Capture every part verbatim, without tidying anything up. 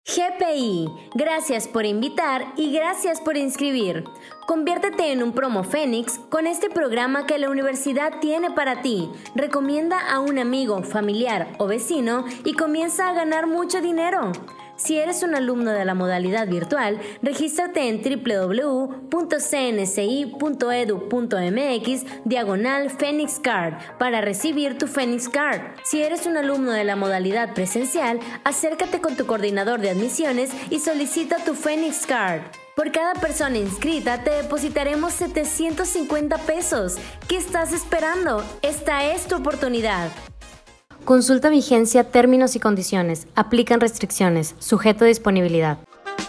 G P I, gracias por invitar y gracias por inscribir. Conviértete en un promo Fénix con este programa que la universidad tiene para ti. Recomienda a un amigo, familiar o vecino y comienza a ganar mucho dinero. Si eres un alumno de la modalidad virtual, regístrate en w w w punto c n c i punto e d u punto m x diagonal Phoenix Card para recibir tu Phoenix Card. Si eres un alumno de la modalidad presencial, acércate con tu coordinador de admisiones y solicita tu Phoenix Card. Por cada persona inscrita te depositaremos setecientos cincuenta pesos. ¿Qué estás esperando? Esta es tu oportunidad. Consulta vigencia, términos y condiciones. Aplican restricciones. Sujeto a disponibilidad.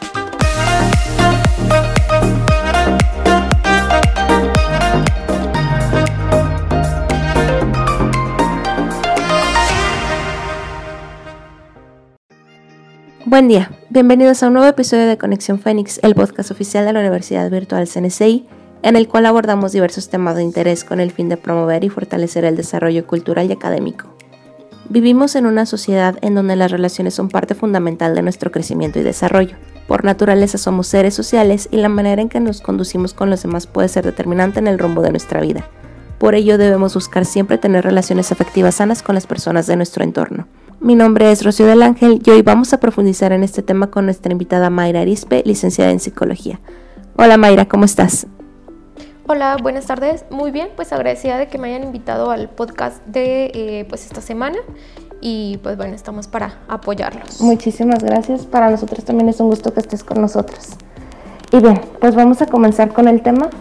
Buen día, bienvenidos a un nuevo episodio de Conexión Fénix, el podcast oficial de la Universidad Virtual C N C I, en el cual abordamos diversos temas de interés con el fin de promover y fortalecer el desarrollo cultural y académico. Vivimos en una sociedad en donde las relaciones son parte fundamental de nuestro crecimiento y desarrollo. Por naturaleza somos seres sociales y la manera en que nos conducimos con los demás puede ser determinante en el rumbo de nuestra vida. Por ello debemos buscar siempre tener relaciones afectivas sanas con las personas de nuestro entorno. Mi nombre es Rocío del Ángel y hoy vamos a profundizar en este tema con nuestra invitada Mayra Arispe, licenciada en Psicología. Hola Mayra, ¿cómo estás? Hola, buenas tardes. Muy bien, pues agradecida de que me hayan invitado al podcast de eh, pues esta semana y pues bueno, estamos para apoyarlos. Muchísimas gracias. Para nosotros también es un gusto que estés con nosotros. Y bien, pues vamos a comenzar con el tema.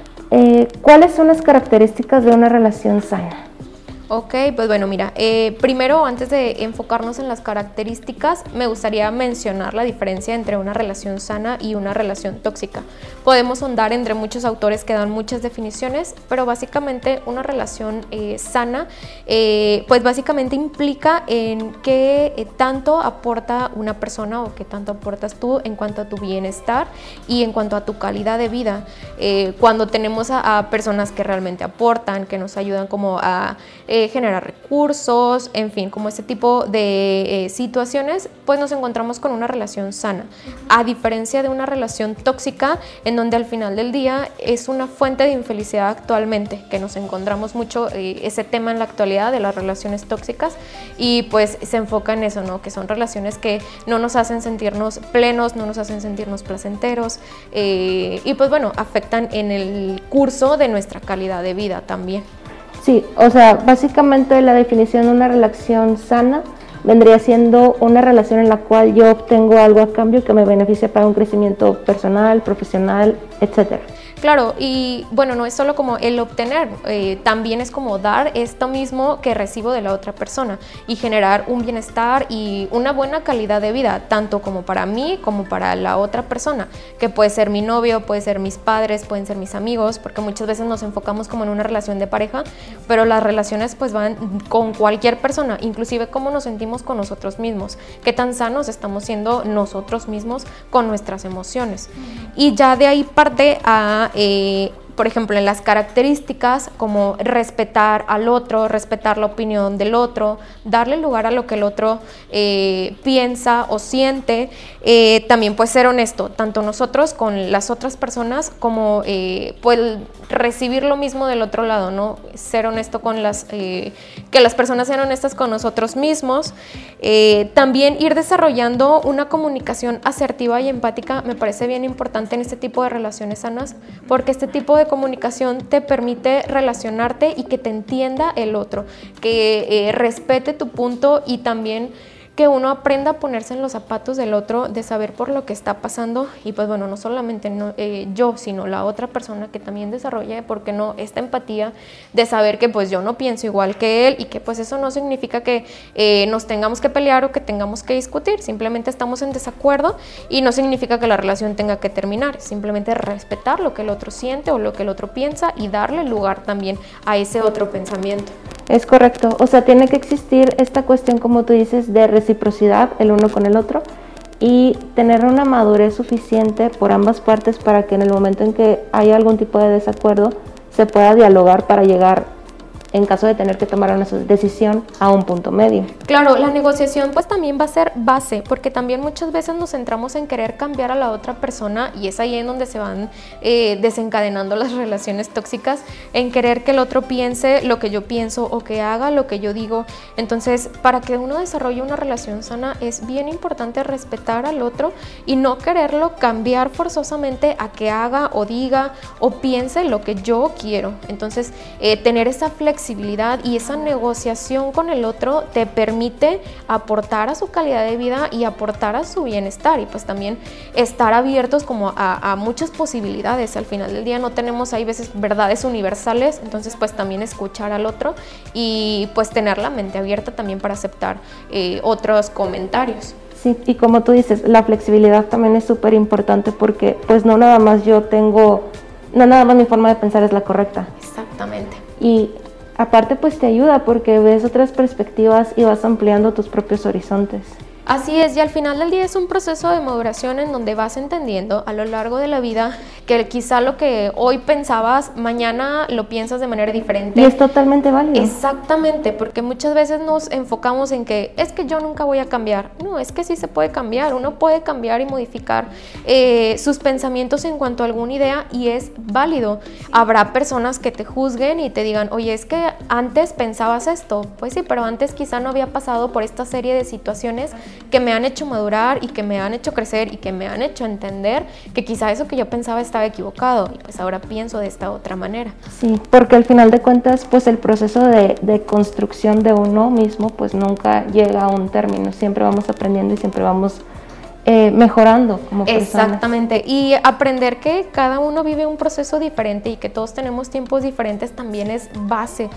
Eh, ¿Cuáles son las características de una relación sana? Ok, pues bueno, mira, eh, primero antes de enfocarnos en las características, me gustaría mencionar la diferencia entre una relación sana y una relación tóxica. Podemos ahondar entre muchos autores que dan muchas definiciones, pero básicamente una relación eh, sana, eh, pues básicamente implica en qué eh, tanto aporta una persona o qué tanto aportas tú en cuanto a tu bienestar y en cuanto a tu calidad de vida. Eh, cuando tenemos a, a personas que realmente aportan, que nos ayudan como a Eh, generar recursos, en fin, como este tipo de eh, situaciones, pues nos encontramos con una relación sana, a diferencia de una relación tóxica en donde al final del día es una fuente de infelicidad actualmente, que nos encontramos mucho eh, ese tema en la actualidad de las relaciones tóxicas y pues se enfoca en eso, ¿no? Que son relaciones que no nos hacen sentirnos plenos, no nos hacen sentirnos placenteros eh, y pues bueno, afectan en el curso de nuestra calidad de vida también. Sí, o sea, básicamente la definición de una relación sana vendría siendo una relación en la cual yo obtengo algo a cambio que me beneficie para un crecimiento personal, profesional, etcétera. Claro, y bueno, no es solo como el obtener, eh, también es como dar esto mismo que recibo de la otra persona y generar un bienestar y una buena calidad de vida, tanto como para mí como para la otra persona, que puede ser mi novio, puede ser mis padres, pueden ser mis amigos, porque muchas veces nos enfocamos como en una relación de pareja, pero las relaciones pues van con cualquier persona, inclusive cómo nos sentimos con nosotros mismos, qué tan sanos estamos siendo nosotros mismos con nuestras emociones. Y ya de ahí parte a Eh, por ejemplo, en las características como respetar al otro, respetar la opinión del otro, darle lugar a lo que el otro eh, piensa o siente, eh, también pues ser honesto, tanto nosotros con las otras personas como eh, pues recibir lo mismo del otro lado, ¿no? Ser honesto con las, eh, que las personas sean honestas con nosotros mismos, eh, también ir desarrollando una comunicación asertiva y empática me parece bien importante en este tipo de relaciones sanas, porque este tipo de comunicación te permite relacionarte y que te entienda el otro, que eh, respete tu punto y también que uno aprenda a ponerse en los zapatos del otro, de saber por lo que está pasando y pues bueno, no solamente no, eh, yo, sino la otra persona que también desarrolle, ¿por qué no?, esta empatía de saber que pues yo no pienso igual que él y que pues eso no significa que eh, nos tengamos que pelear o que tengamos que discutir, simplemente estamos en desacuerdo y no significa que la relación tenga que terminar, simplemente respetar lo que el otro siente o lo que el otro piensa y darle lugar también a ese otro pensamiento. Es correcto, o sea, tiene que existir esta cuestión, como tú dices, de reciprocidad el uno con el otro y tener una madurez suficiente por ambas partes para que en el momento en que haya algún tipo de desacuerdo se pueda dialogar para llegar en caso de tener que tomar una decisión, a un punto medio. Claro, la negociación pues también va a ser base, porque también muchas veces nos centramos en querer cambiar a la otra persona y es ahí en donde se van eh, desencadenando las relaciones tóxicas, en querer que el otro piense lo que yo pienso o que haga lo que yo digo. Entonces, para que uno desarrolle una relación sana es bien importante respetar al otro y no quererlo cambiar forzosamente a que haga o diga o piense lo que yo quiero. Entonces, eh, tener esa flexibilidad y esa negociación con el otro te permite aportar a su calidad de vida y aportar a su bienestar, y pues también estar abiertos como a, a muchas posibilidades. Al final del día no tenemos, hay veces, verdades universales, entonces pues también escuchar al otro y pues tener la mente abierta también para aceptar eh, otros comentarios. Sí, y como tú dices, la flexibilidad también es súper importante, porque pues no nada más yo tengo, no nada más mi forma de pensar es la correcta. Exactamente. Y aparte pues te ayuda porque ves otras perspectivas y vas ampliando tus propios horizontes. Así es, y al final del día es un proceso de maduración en donde vas entendiendo a lo largo de la vida que quizá lo que hoy pensabas, mañana lo piensas de manera diferente. Y es totalmente válido. Exactamente, porque muchas veces nos enfocamos en que es que yo nunca voy a cambiar. No, es que sí se puede cambiar, uno puede cambiar y modificar eh, sus pensamientos en cuanto a alguna idea y es válido. Habrá personas que te juzguen y te digan, oye, es que antes pensabas esto. Pues sí, pero antes quizá no había pasado por esta serie de situaciones que me han hecho madurar y que me han hecho crecer y que me han hecho entender que quizá eso que yo pensaba estaba equivocado y pues ahora pienso de esta otra manera. Sí, porque al final de cuentas pues el proceso de, de construcción de uno mismo pues nunca llega a un término, siempre vamos aprendiendo y siempre vamos Eh, mejorando como personas. Exactamente, y aprender que cada uno vive un proceso diferente y que todos tenemos tiempos diferentes también es base,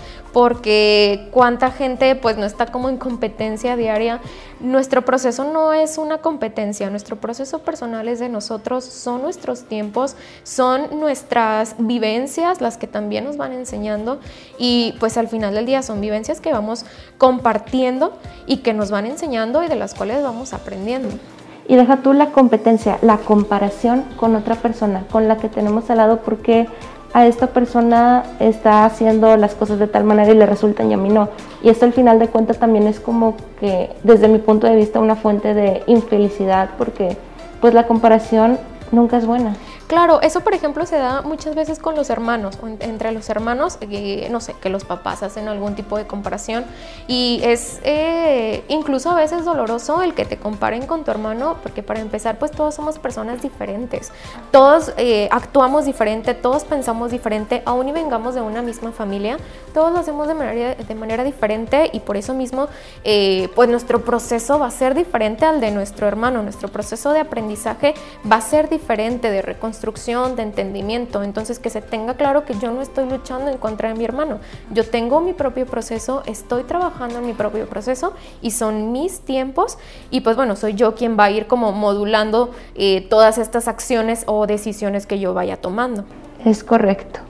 porque cuánta gente pues no está como en competencia diaria. Nuestro proceso no es una competencia, nuestro proceso personal es de nosotros, son nuestros tiempos, son nuestras vivencias las que también nos van enseñando y pues al final del día son vivencias que vamos compartiendo y que nos van enseñando y de las cuales vamos aprendiendo. Y deja tú la competencia, la comparación con otra persona, con la que tenemos al lado, porque a esta persona está haciendo las cosas de tal manera y le resultan y a mí no. Y esto al final de cuentas también es como que, desde mi punto de vista, una fuente de infelicidad, porque pues la comparación nunca es buena. Claro, eso por ejemplo se da muchas veces con los hermanos, o en, entre los hermanos, eh, no sé, que los papás hacen algún tipo de comparación y es eh, incluso a veces doloroso el que te comparen con tu hermano, porque para empezar pues todos somos personas diferentes, todos eh, actuamos diferente, todos pensamos diferente, aún y vengamos de una misma familia, todos lo hacemos de manera, de manera diferente y por eso mismo eh, pues nuestro proceso va a ser diferente al de nuestro hermano, nuestro proceso de aprendizaje va a ser diferente, de reconstrucción, de entendimiento. Entonces que se tenga claro que yo no estoy luchando en contra de mi hermano, yo tengo mi propio proceso, estoy trabajando en mi propio proceso y son mis tiempos y pues bueno, soy yo quien va a ir como modulando eh, todas estas acciones o decisiones que yo vaya tomando. Es correcto.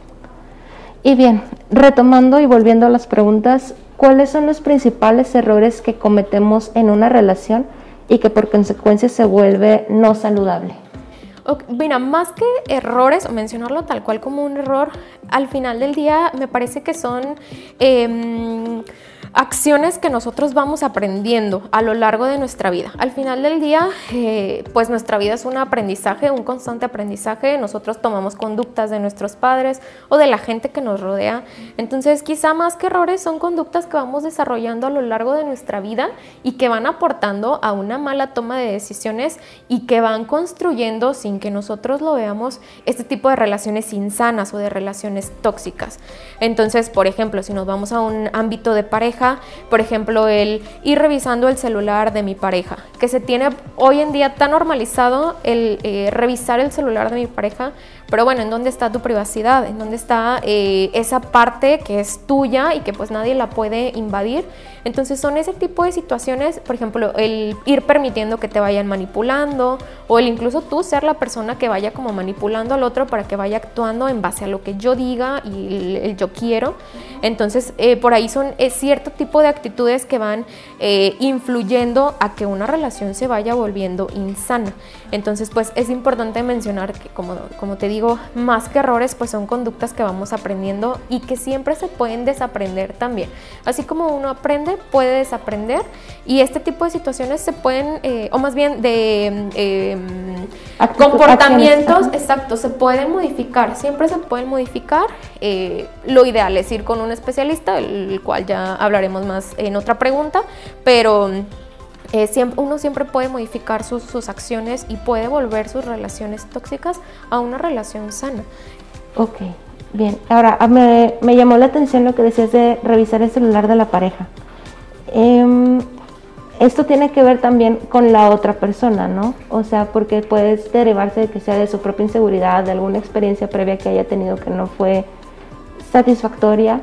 Y bien, retomando y volviendo a las preguntas, ¿cuáles son los principales errores que cometemos en una relación y que por consecuencia se vuelve no saludable? Mira, más que errores, o mencionarlo tal cual como un error, al final del día me parece que son eh, acciones que nosotros vamos aprendiendo a lo largo de nuestra vida. Al final del día, eh, pues nuestra vida es un aprendizaje, un constante aprendizaje. Nosotros tomamos conductas de nuestros padres o de la gente que nos rodea. Entonces, quizá más que errores son conductas que vamos desarrollando a lo largo de nuestra vida y que van aportando a una mala toma de decisiones y que van construyendo, sin que nosotros lo veamos, este tipo de relaciones insanas o de relaciones tóxicas. Entonces, por ejemplo, si nos vamos a un ámbito de pareja, por ejemplo, el ir revisando el celular de mi pareja, que se tiene hoy en día tan normalizado el eh, revisar el celular de mi pareja, pero bueno, ¿en dónde está tu privacidad? ¿En dónde está eh, esa parte que es tuya y que pues nadie la puede invadir? Entonces son ese tipo de situaciones, por ejemplo, el ir permitiendo que te vayan manipulando o el incluso tú ser la persona que vaya como manipulando al otro para que vaya actuando en base a lo que yo diga y el, el yo quiero. Entonces eh, por ahí son eh, cierto tipo de actitudes que van eh, influyendo a que una relación se vaya volviendo insana. Entonces pues es importante mencionar que como, como te digo, digo, más que errores, pues son conductas que vamos aprendiendo y que siempre se pueden desaprender también. Así como uno aprende, puede desaprender, y este tipo de situaciones se pueden, eh, o más bien de eh, Actitud, comportamientos, acciones. Exacto, se pueden modificar, siempre se pueden modificar. Eh, lo ideal es ir con un especialista, el cual ya hablaremos más en otra pregunta, pero Eh, siempre, uno siempre puede modificar sus, sus acciones y puede volver sus relaciones tóxicas a una relación sana. Ok, bien. Ahora, me, me llamó la atención lo que decías de revisar el celular de la pareja. Eh, esto tiene que ver también con la otra persona, ¿no? O sea, porque puede derivarse de que sea de su propia inseguridad, de alguna experiencia previa que haya tenido que no fue satisfactoria.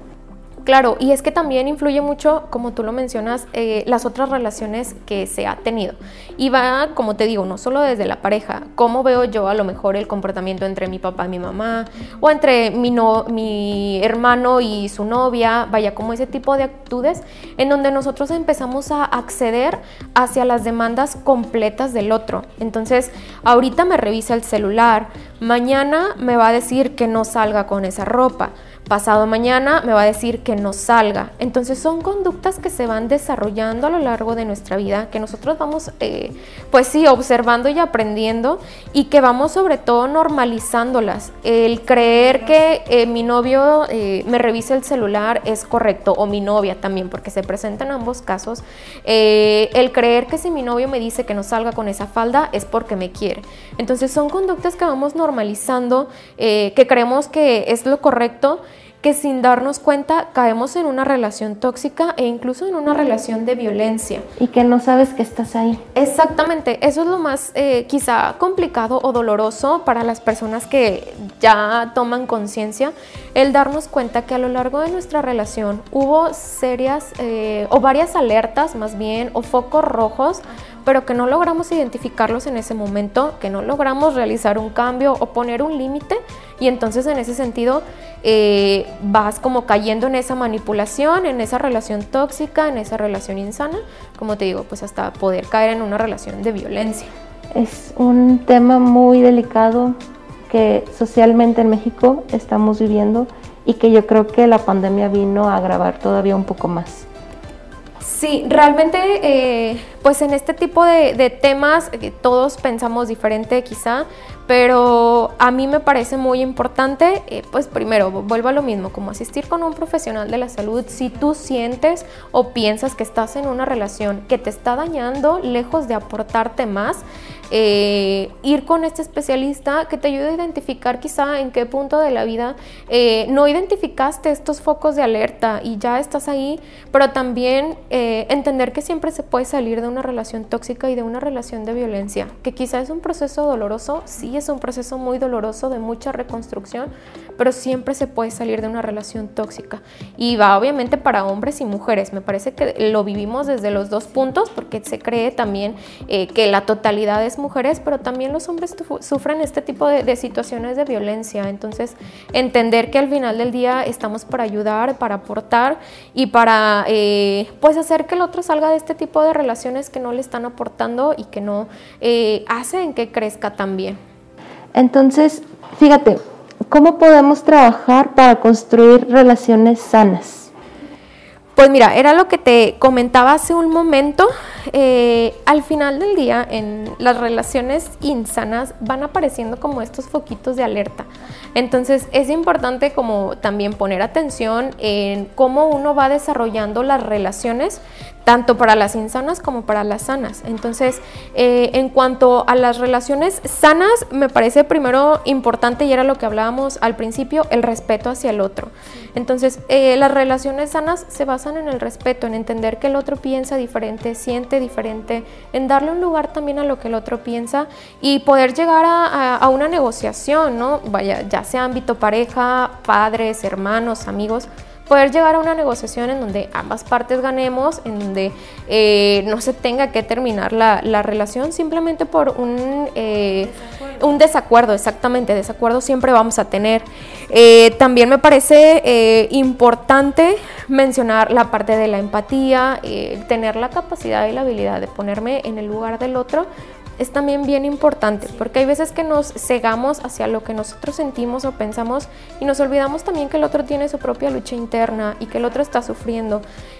Claro, y es que también influye mucho, como tú lo mencionas, eh, las otras relaciones que se ha tenido. Y va, como te digo, no solo desde la pareja, cómo veo yo a lo mejor el comportamiento entre mi papá y mi mamá, o entre mi, no, mi hermano y su novia, vaya, como ese tipo de actitudes en donde nosotros empezamos a acceder hacia las demandas completas del otro. Entonces, ahorita me revisa el celular, mañana me va a decir que no salga con esa ropa, pasado mañana me va a decir que no salga. Entonces son conductas que se van desarrollando a lo largo de nuestra vida, que nosotros vamos, eh, pues sí, observando y aprendiendo, y que vamos sobre todo normalizándolas. El creer que eh, mi novio eh, me revise el celular es correcto, o mi novia también, porque se presentan ambos casos. Eh, el creer que si mi novio me dice que no salga con esa falda es porque me quiere. Entonces son conductas que vamos normalizando, eh, que creemos que es lo correcto, que sin darnos cuenta caemos en una relación tóxica e incluso en una relación de violencia. Y que no sabes que estás ahí. Exactamente, eso es lo más eh, quizá complicado o doloroso para las personas que ya toman conciencia, el darnos cuenta que a lo largo de nuestra relación hubo serias eh, o varias alertas más bien, o focos rojos, pero que no logramos identificarlos en ese momento, que no logramos realizar un cambio o poner un límite, y entonces en ese sentido eh, vas como cayendo en esa manipulación, en esa relación tóxica, en esa relación insana, como te digo, pues hasta poder caer en una relación de violencia. Es un tema muy delicado que socialmente en México estamos viviendo y que yo creo que la pandemia vino a agravar todavía un poco más. Sí, realmente eh, pues en este tipo de, de temas eh, todos pensamos diferente quizá, pero a mí me parece muy importante, eh, pues primero, vuelvo a lo mismo, como asistir con un profesional de la salud. Si tú sientes o piensas que estás en una relación que te está dañando, lejos de aportarte más, eh, ir con este especialista que te ayude a identificar quizá en qué punto de la vida eh, no identificaste estos focos de alerta y ya estás ahí, pero también eh, entender que siempre se puede salir de una relación tóxica y de una relación de violencia, que quizá es un proceso doloroso, sí, es un proceso muy doloroso de mucha reconstrucción, pero siempre se puede salir de una relación tóxica, y va obviamente para hombres y mujeres. Me parece que lo vivimos desde los dos puntos, porque se cree también eh, que la totalidad es mujeres, pero también los hombres sufren este tipo de, de situaciones de violencia. Entonces entender que al final del día estamos para ayudar, para aportar y para eh, pues hacer que el otro salga de este tipo de relaciones que no le están aportando y que no eh, hacen que crezca también. Entonces, fíjate, ¿cómo podemos trabajar para construir relaciones sanas? Pues mira, era lo que te comentaba hace un momento. Eh, al final del día, en las relaciones insanas van apareciendo como estos foquitos de alerta. Entonces es importante como también poner atención en cómo uno va desarrollando las relaciones, tanto para las insanas como para las sanas. Entonces, eh, en cuanto a las relaciones sanas, me parece primero importante, y era lo que hablábamos al principio, el respeto hacia el otro. Entonces, eh, las relaciones sanas se basan en el respeto, en entender que el otro piensa diferente, siente diferente, en darle un lugar también a lo que el otro piensa y poder llegar a, a, a una negociación, ¿no? Vaya, ya sea ámbito pareja, padres, hermanos, amigos, poder llegar a una negociación en donde ambas partes ganemos, en donde eh, no se tenga que terminar la, la relación simplemente por un, eh, desacuerdo. un desacuerdo, exactamente, desacuerdo siempre vamos a tener. Eh, también me parece eh, importante mencionar la parte de la empatía, eh, tener la capacidad y la habilidad de ponerme en el lugar del otro, es también bien importante, porque hay veces que nos cegamos hacia lo que nosotros sentimos o pensamos y nos olvidamos también que el otro tiene su propia lucha interna y que el otro está sufriendo.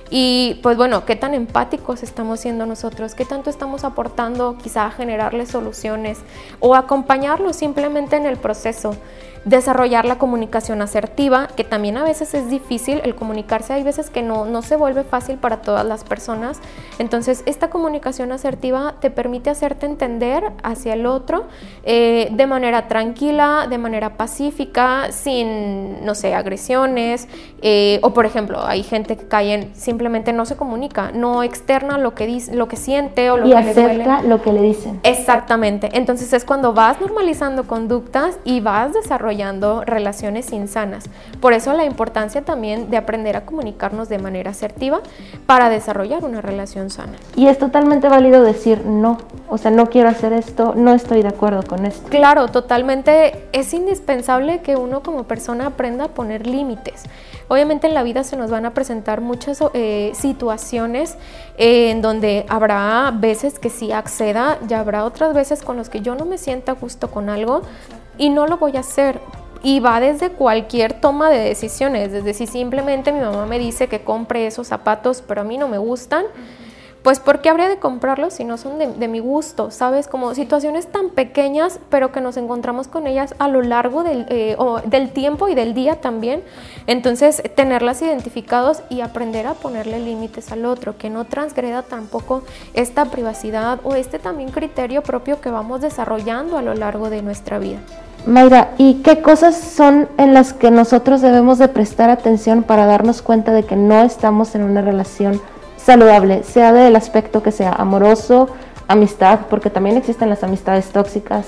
Y pues bueno, qué tan empáticos estamos siendo nosotros, qué tanto estamos aportando quizá a generarles soluciones o acompañarlos simplemente en el proceso. Desarrollar la comunicación asertiva, que también a veces es difícil el comunicarse, hay veces que no, no se vuelve fácil para todas las personas. Entonces esta comunicación asertiva te permite hacerte entender hacia el otro eh, de manera tranquila, de manera pacífica, sin, no sé, agresiones, eh, o por ejemplo, hay gente que cae en simplemente no se comunica, no externa lo que dice, lo que siente o lo y que le duele. acepta lo que le dicen. Exactamente, entonces es cuando vas normalizando conductas y vas desarrollando relaciones insanas. Por eso la importancia también de aprender a comunicarnos de manera asertiva para desarrollar una relación sana. Y es totalmente válido decir no, o sea, no quiero hacer esto, no estoy de acuerdo con esto. Claro, totalmente, es indispensable que uno como persona aprenda a poner límites. Obviamente en la vida se nos van a presentar muchas eh, situaciones eh, en donde habrá veces que sí acceda, y habrá otras veces con las que yo no me sienta justo con algo y no lo voy a hacer. Y va desde cualquier toma de decisiones, desde si simplemente mi mamá me dice que compre esos zapatos pero a mí no me gustan, pues ¿por qué habría de comprarlos si no son de, de mi gusto? ¿Sabes? Como situaciones tan pequeñas, pero que nos encontramos con ellas a lo largo del, eh, o del tiempo y del día también. Entonces, tenerlas identificados y aprender a ponerle límites al otro, que no transgreda tampoco esta privacidad o este también criterio propio que vamos desarrollando a lo largo de nuestra vida. Mayra, ¿y qué cosas son en las que nosotros debemos de prestar atención para darnos cuenta de que no estamos en una relación saludable, sea del aspecto que sea amoroso, amistad, porque también existen las amistades tóxicas,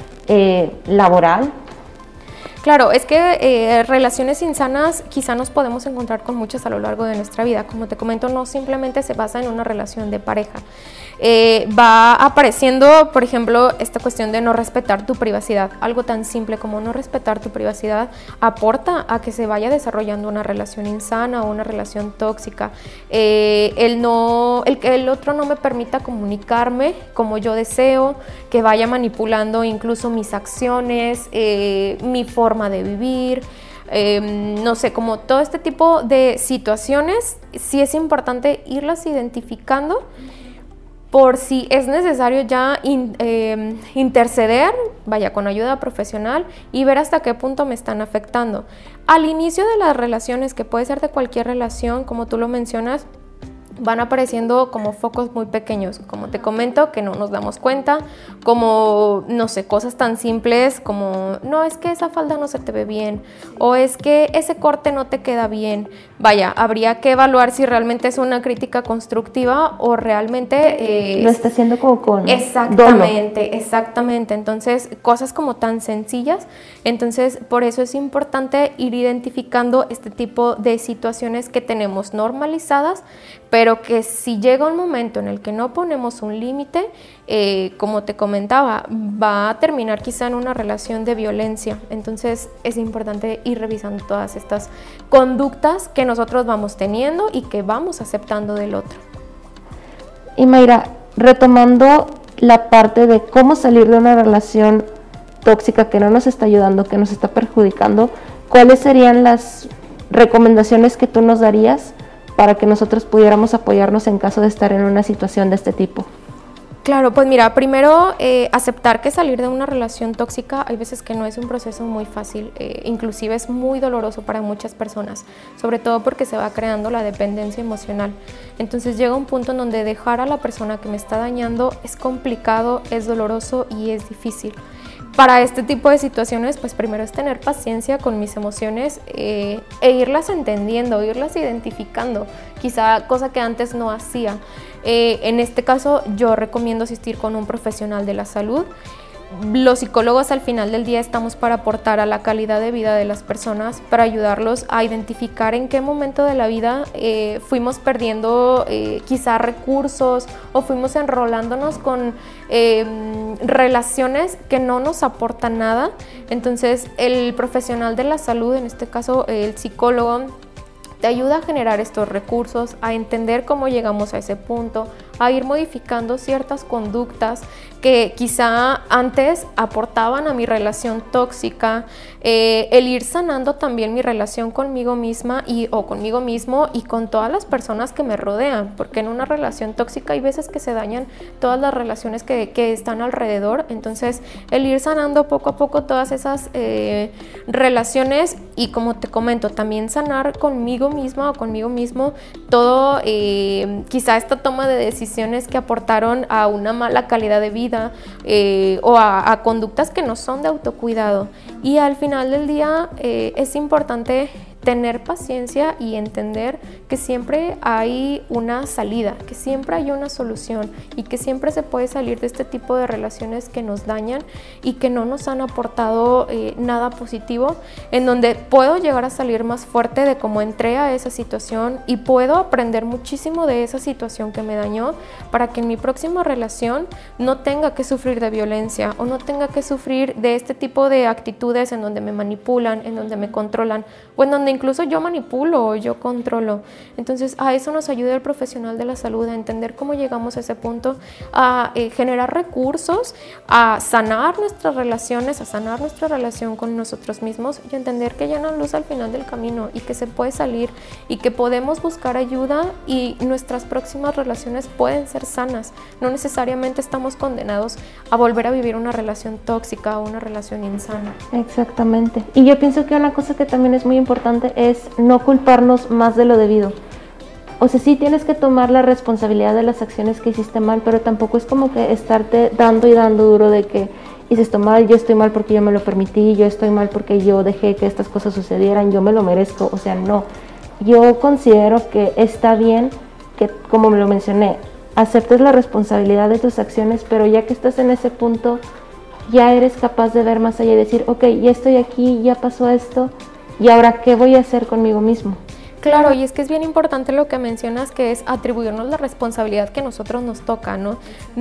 eh, laboral? Claro, es que eh, relaciones insanas quizá nos podemos encontrar con muchas a lo largo de nuestra vida. Como te comento, no simplemente se basa en una relación de pareja. Eh, va apareciendo, por ejemplo, esta cuestión de no respetar tu privacidad. Algo tan simple como no respetar tu privacidad aporta a que se vaya desarrollando una relación insana o una relación tóxica. Eh, el, no, el que el otro no me permita comunicarme como yo deseo, que vaya manipulando incluso mis acciones, eh, mi forma de vivir, eh, no sé, como todo este tipo de situaciones, sí es importante irlas identificando por si es necesario ya in, eh, interceder, vaya, con ayuda profesional y ver hasta qué punto me están afectando. Al inicio de las relaciones, que puede ser de cualquier relación, como tú lo mencionas, van apareciendo como focos muy pequeños, como te comento, que no nos damos cuenta, como, no sé, cosas tan simples como, no, es que esa falda no se te ve bien, o es que ese corte no te queda bien. Vaya, habría que evaluar si realmente es una crítica constructiva o realmente... Eh, lo está haciendo como con Exactamente, dolo. exactamente. Entonces, cosas como tan sencillas. Entonces, por eso es importante ir identificando este tipo de situaciones que tenemos normalizadas, pero que si llega un momento en el que no ponemos un límite, eh, como te comentaba, va a terminar quizá en una relación de violencia. Entonces es importante ir revisando todas estas conductas que nosotros vamos teniendo y que vamos aceptando del otro. Y Mayra, retomando la parte de cómo salir de una relación tóxica que no nos está ayudando, que nos está perjudicando, ¿cuáles serían las recomendaciones que tú nos darías para que nosotros pudiéramos apoyarnos en caso de estar en una situación de este tipo? Claro, pues mira, primero eh, aceptar que salir de una relación tóxica hay veces que no es un proceso muy fácil, eh, inclusive es muy doloroso para muchas personas, sobre todo porque se va creando la dependencia emocional. Entonces llega un punto en donde dejar a la persona que me está dañando es complicado, es doloroso y es difícil. Para este tipo de situaciones, pues primero es tener paciencia con mis emociones eh, e irlas entendiendo, irlas identificando, quizá cosa que antes no hacía. Eh, en este caso, yo recomiendo asistir con un profesional de la salud. Los psicólogos al final del día estamos para aportar a la calidad de vida de las personas, para ayudarlos a identificar en qué momento de la vida eh, fuimos perdiendo eh, quizá recursos o fuimos enrolándonos con eh, relaciones que no nos aportan nada. Entonces el profesional de la salud, en este caso el psicólogo, te ayuda a generar estos recursos, a entender cómo llegamos a ese punto, a ir modificando ciertas conductas que quizá antes aportaban a mi relación tóxica, eh, el ir sanando también mi relación conmigo misma y, o conmigo mismo y con todas las personas que me rodean, porque en una relación tóxica hay veces que se dañan todas las relaciones que, que están alrededor. Entonces el ir sanando poco a poco todas esas eh, relaciones y, como te comento, también sanar conmigo misma o conmigo mismo todo, eh, quizá esta toma de decisiones que aportaron a una mala calidad de vida eh, o a, a conductas que no son de autocuidado. Y al final del día eh, es importante tener paciencia y entender que siempre hay una salida, que siempre hay una solución y que siempre se puede salir de este tipo de relaciones que nos dañan y que no nos han aportado eh, nada positivo, en donde puedo llegar a salir más fuerte de cómo entré a esa situación y puedo aprender muchísimo de esa situación que me dañó para que en mi próxima relación no tenga que sufrir de violencia o no tenga que sufrir de este tipo de actitudes en donde me manipulan, en donde me controlan o en donde incluso yo manipulo o yo controlo. Entonces a eso nos ayuda el profesional de la salud, a entender cómo llegamos a ese punto, a eh, generar recursos, a sanar nuestras relaciones, a sanar nuestra relación con nosotros mismos y entender que ya no hay luz al final del camino y que se puede salir y que podemos buscar ayuda y nuestras próximas relaciones pueden ser sanas. No necesariamente estamos condenados a volver a vivir una relación tóxica o una relación insana. Exactamente. Y yo pienso que una cosa que también es muy importante es no culparnos más de lo debido. O sea, sí tienes que tomar la responsabilidad de las acciones que hiciste mal, pero tampoco es como que estarte dando y dando duro de que hice esto mal, yo estoy mal porque yo me lo permití, yo estoy mal porque yo dejé que estas cosas sucedieran, yo me lo merezco. O sea, no. Yo considero que está bien que, como me lo mencioné, aceptes la responsabilidad de tus acciones, pero ya que estás en ese punto, ya eres capaz de ver más allá y decir, ok, ya estoy aquí, ya pasó esto, ¿y ahora qué voy a hacer conmigo mismo? Claro, y es que es bien importante lo que mencionas, que es atribuirnos la responsabilidad que a nosotros nos toca, ¿no?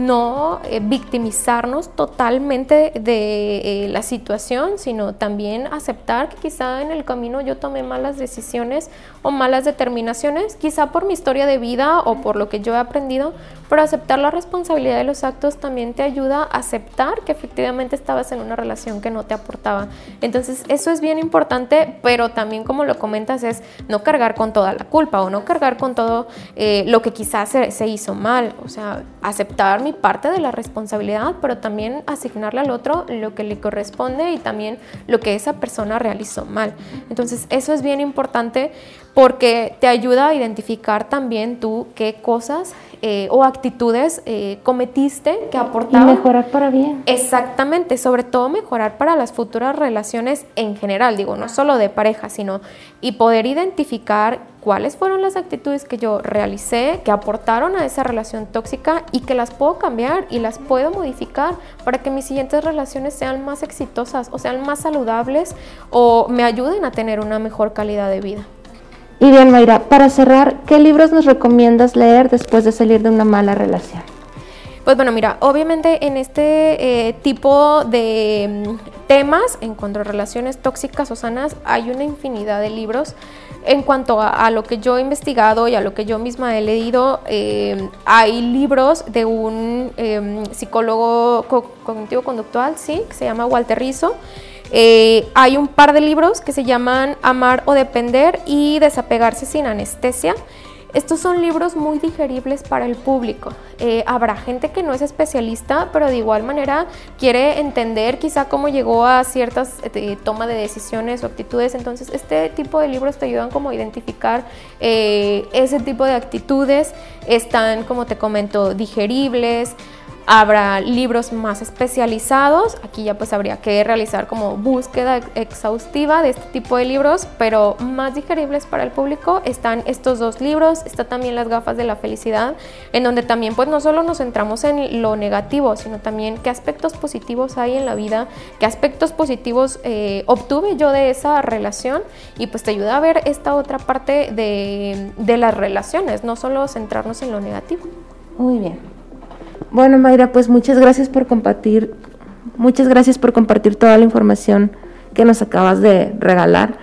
No eh, victimizarnos totalmente de eh, la situación, sino también aceptar que quizá en el camino yo tomé malas decisiones o malas determinaciones, quizá por mi historia de vida o por lo que yo he aprendido, pero aceptar la responsabilidad de los actos también te ayuda a aceptar que efectivamente estabas en una relación que no te aportaba. Entonces eso es bien importante, pero también, como lo comentas, es no cargar con toda la culpa o no cargar con todo eh, lo que quizás se, se hizo mal. O sea, aceptar mi parte de la responsabilidad, pero también asignarle al otro lo que le corresponde y también lo que esa persona realizó mal. Entonces eso es bien importante porque te ayuda a identificar también tú qué cosas eh, o actitudes eh, cometiste que aportaban. Y mejorar para bien. Exactamente, sobre todo mejorar para las futuras relaciones en general, digo, no solo de pareja, sino y poder identificar cuáles fueron las actitudes que yo realicé, que aportaron a esa relación tóxica y que las puedo cambiar y las puedo modificar para que mis siguientes relaciones sean más exitosas o sean más saludables o me ayuden a tener una mejor calidad de vida. Y bien, Mayra, para cerrar, ¿qué libros nos recomiendas leer después de salir de una mala relación? Pues bueno, mira, obviamente en este eh, tipo de um, temas, en cuanto a relaciones tóxicas o sanas, hay una infinidad de libros. En cuanto a, a lo que yo he investigado y a lo que yo misma he leído, eh, hay libros de un eh, psicólogo co- cognitivo-conductual, sí, que se llama Walter Rizzo. Eh, hay un par de libros que se llaman Amar o Depender y Desapegarse sin anestesia. Estos son libros muy digeribles para el público. Eh, habrá gente que no es especialista, pero de igual manera quiere entender quizá cómo llegó a ciertas eh, toma de decisiones o actitudes. Entonces este tipo de libros te ayudan como a identificar eh, ese tipo de actitudes. Están, como te comento, digeribles. Habrá libros más especializados, aquí ya pues habría que realizar como búsqueda exhaustiva de este tipo de libros, pero más digeribles para el público están estos dos libros. Está también Las gafas de la felicidad, en donde también pues no solo nos centramos en lo negativo, sino también qué aspectos positivos hay en la vida, qué aspectos positivos eh, obtuve yo de esa relación, y pues te ayuda a ver esta otra parte de, de las relaciones, no solo centrarnos en lo negativo. Muy bien. Bueno, Mayra, pues muchas gracias por compartir, muchas gracias por compartir toda la información que nos acabas de regalar.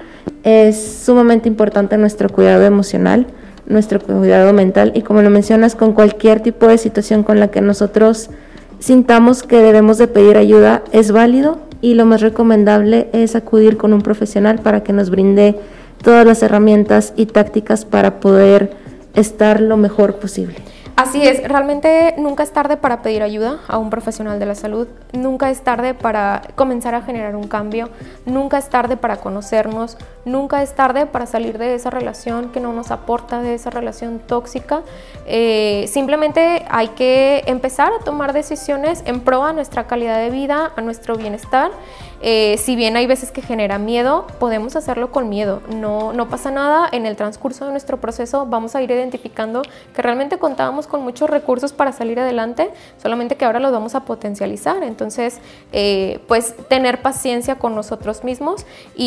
Es sumamente importante nuestro cuidado emocional, nuestro cuidado mental, y como lo mencionas, con cualquier tipo de situación con la que nosotros sintamos que debemos de pedir ayuda, es válido, y lo más recomendable es acudir con un profesional para que nos brinde todas las herramientas y tácticas para poder estar lo mejor posible. Así es, realmente nunca es tarde para pedir ayuda a un profesional de la salud, nunca es tarde para comenzar a generar un cambio, nunca es tarde para conocernos, nunca es tarde para salir de esa relación que no nos aporta, de esa relación tóxica. Eh, simplemente hay que empezar a tomar decisiones en pro a nuestra calidad de vida, a nuestro bienestar. Eh, si bien hay veces que genera miedo, podemos hacerlo con miedo, no, no pasa nada. En el transcurso de nuestro proceso vamos a ir identificando que realmente contábamos con muchos recursos para salir adelante, solamente que ahora los vamos a potencializar. Entonces, eh, pues tener paciencia con nosotros mismos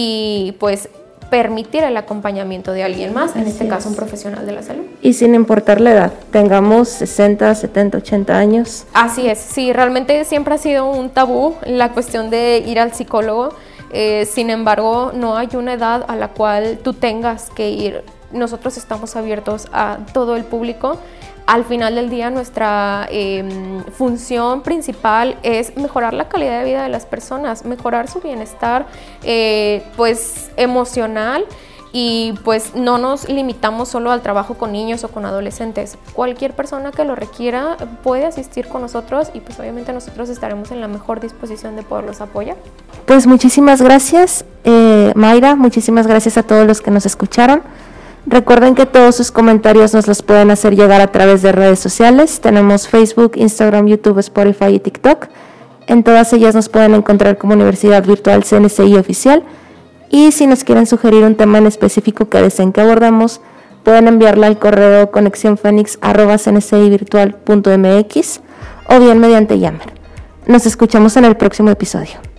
y pues permitir el acompañamiento de alguien más, en este caso un profesional de la salud. Y sin importar la edad, tengamos sesenta, setenta, ochenta años. Así es, sí, realmente siempre ha sido un tabú la cuestión de ir al psicólogo, eh, sin embargo no hay una edad a la cual tú tengas que ir. Nosotros estamos abiertos a todo el público. Al final del día nuestra eh, función principal es mejorar la calidad de vida de las personas, mejorar su bienestar eh, pues emocional, y pues no nos limitamos solo al trabajo con niños o con adolescentes. Cualquier persona que lo requiera puede asistir con nosotros y pues obviamente nosotros estaremos en la mejor disposición de poderlos apoyar. Pues muchísimas gracias, eh, Mayra, muchísimas gracias a todos los que nos escucharon. Recuerden que todos sus comentarios nos los pueden hacer llegar a través de redes sociales. Tenemos Facebook, Instagram, YouTube, Spotify y TikTok. En todas ellas nos pueden encontrar como Universidad Virtual C N C I Oficial. Y si nos quieren sugerir un tema en específico que deseen que abordamos, pueden enviarla al correo conexionfenix arroba c n c i virtual punto m x o bien mediante Yammer. Nos escuchamos en el próximo episodio.